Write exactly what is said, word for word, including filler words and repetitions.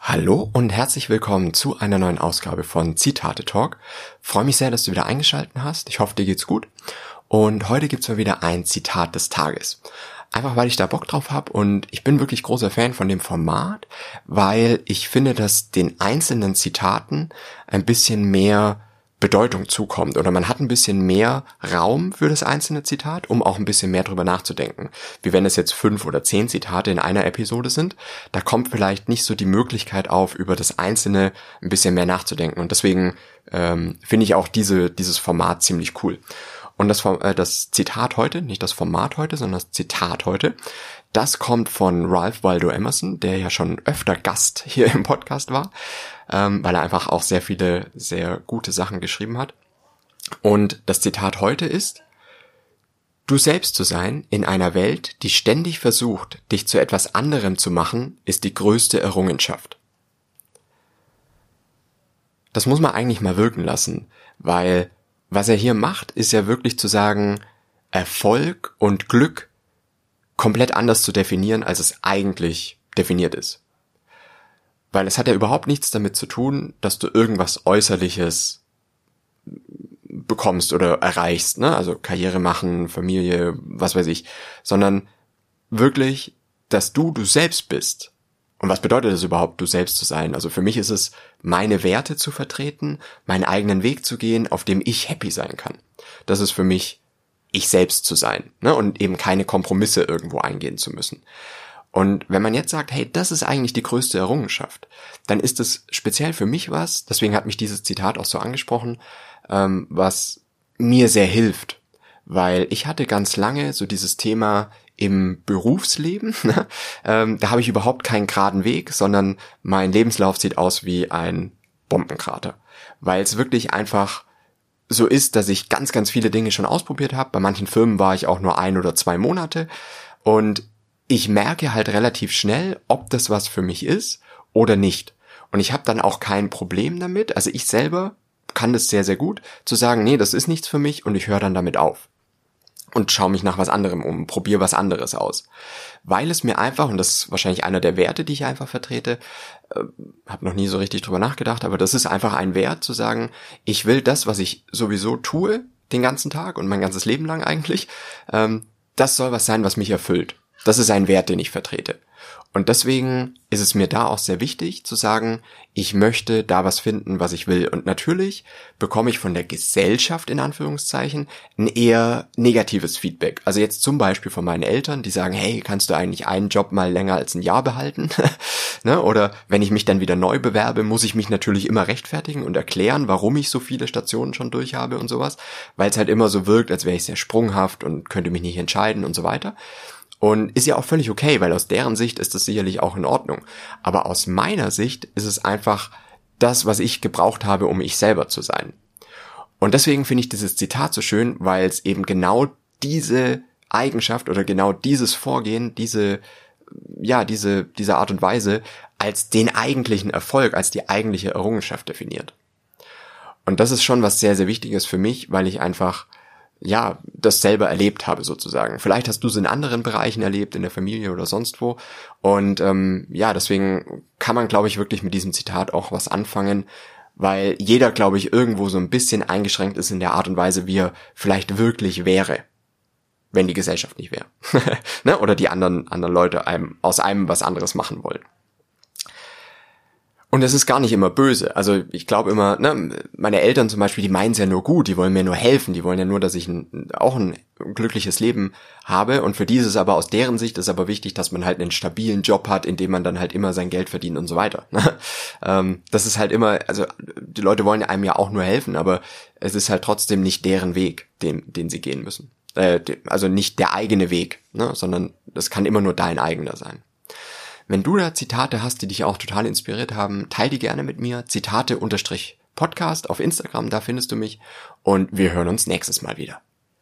Hallo und herzlich willkommen zu einer neuen Ausgabe von Zitate Talk. Freue mich sehr, dass du wieder eingeschaltet hast. Ich hoffe, dir geht's gut. Und heute gibt's mal wieder ein Zitat des Tages. Einfach weil ich da Bock drauf habe und ich bin wirklich großer Fan von dem Format, weil ich finde, dass den einzelnen Zitaten ein bisschen mehr Bedeutung zukommt oder man hat ein bisschen mehr Raum für das einzelne Zitat, um auch ein bisschen mehr drüber nachzudenken. Wie wenn es jetzt fünf oder zehn Zitate in einer Episode sind, da kommt vielleicht nicht so die Möglichkeit auf, über das Einzelne ein bisschen mehr nachzudenken und deswegen ähm, finde ich auch diese dieses Format ziemlich cool. Und das, äh, das Zitat heute, nicht das Format heute, sondern das Zitat heute, das kommt von Ralph Waldo Emerson, der ja schon öfter Gast hier im Podcast war, ähm, weil er einfach auch sehr viele, sehr gute Sachen geschrieben hat. Und das Zitat heute ist: Du selbst zu sein in einer Welt, die ständig versucht, dich zu etwas anderem zu machen, ist die größte Errungenschaft. Das muss man eigentlich mal wirken lassen, weil was er hier macht, ist ja wirklich zu sagen, Erfolg und Glück komplett anders zu definieren, als es eigentlich definiert ist. Weil es hat ja überhaupt nichts damit zu tun, dass du irgendwas Äußerliches bekommst oder erreichst, ne? Also Karriere machen, Familie, was weiß ich, sondern wirklich, dass du du selbst bist. Und was bedeutet es überhaupt, du selbst zu sein? Also für mich ist es, meine Werte zu vertreten, meinen eigenen Weg zu gehen, auf dem ich happy sein kann. Das ist für mich, ich selbst zu sein, ne? Und eben keine Kompromisse irgendwo eingehen zu müssen. Und wenn man jetzt sagt, hey, das ist eigentlich die größte Errungenschaft, dann ist es speziell für mich was, deswegen hat mich dieses Zitat auch so angesprochen, ähm, was mir sehr hilft. Weil ich hatte ganz lange so dieses Thema im Berufsleben, ähm, da habe ich überhaupt keinen geraden Weg, sondern mein Lebenslauf sieht aus wie ein Bombenkrater. Weil es wirklich einfach so ist, dass ich ganz, ganz viele Dinge schon ausprobiert habe. Bei manchen Firmen war ich auch nur ein oder zwei Monate und ich merke halt relativ schnell, ob das was für mich ist oder nicht. Und ich habe dann auch kein Problem damit, also ich selber kann das sehr, sehr gut, zu sagen, nee, das ist nichts für mich und ich höre dann damit auf. Und schaue mich nach was anderem um, probiere was anderes aus. Weil es mir einfach, und das ist wahrscheinlich einer der Werte, die ich einfach vertrete, äh, habe noch nie so richtig drüber nachgedacht, aber das ist einfach ein Wert, zu sagen, ich will das, was ich sowieso tue, den ganzen Tag und mein ganzes Leben lang eigentlich, ähm, das soll was sein, was mich erfüllt. Das ist ein Wert, den ich vertrete. Und deswegen ist es mir da auch sehr wichtig zu sagen, ich möchte da was finden, was ich will. Und natürlich bekomme ich von der Gesellschaft in Anführungszeichen ein eher negatives Feedback. Also jetzt zum Beispiel von meinen Eltern, die sagen, hey, kannst du eigentlich einen Job mal länger als ein Jahr behalten? Ne? Oder wenn ich mich dann wieder neu bewerbe, muss ich mich natürlich immer rechtfertigen und erklären, warum ich so viele Stationen schon durch habe und sowas. Weil es halt immer so wirkt, als wäre ich sehr sprunghaft und könnte mich nicht entscheiden und so weiter. Und ist ja auch völlig okay, weil aus deren Sicht ist das sicherlich auch in Ordnung. Aber aus meiner Sicht ist es einfach das, was ich gebraucht habe, um ich selber zu sein. Und deswegen finde ich dieses Zitat so schön, weil es eben genau diese Eigenschaft oder genau dieses Vorgehen, diese, ja, diese, diese Art und Weise als den eigentlichen Erfolg, als die eigentliche Errungenschaft definiert. Und das ist schon was sehr, sehr Wichtiges für mich, weil ich einfach ja, das selber erlebt habe sozusagen. Vielleicht hast du es in anderen Bereichen erlebt, in der Familie oder sonst wo. Und ähm, ja, deswegen kann man, glaube ich, wirklich mit diesem Zitat auch was anfangen, weil jeder, glaube ich, irgendwo so ein bisschen eingeschränkt ist in der Art und Weise, wie er vielleicht wirklich wäre, wenn die Gesellschaft nicht wäre. Ne? Oder die anderen anderen Leute einem aus einem was anderes machen wollen. Und es ist gar nicht immer böse. Also ich glaube immer, ne, meine Eltern zum Beispiel, die meinen es ja nur gut, die wollen mir nur helfen, die wollen ja nur, dass ich ein, auch ein glückliches Leben habe. Und für die ist es aber aus deren Sicht ist aber wichtig, dass man halt einen stabilen Job hat, in dem man dann halt immer sein Geld verdient und so weiter. ähm, das ist halt immer, also die Leute wollen einem ja auch nur helfen, aber es ist halt trotzdem nicht deren Weg, den, den sie gehen müssen. Äh, also nicht der eigene Weg, ne, sondern das kann immer nur dein eigener sein. Wenn du da Zitate hast, die dich auch total inspiriert haben, teil die gerne mit mir. Zitate-Podcast auf Instagram, da findest du mich. Und wir hören uns nächstes Mal wieder.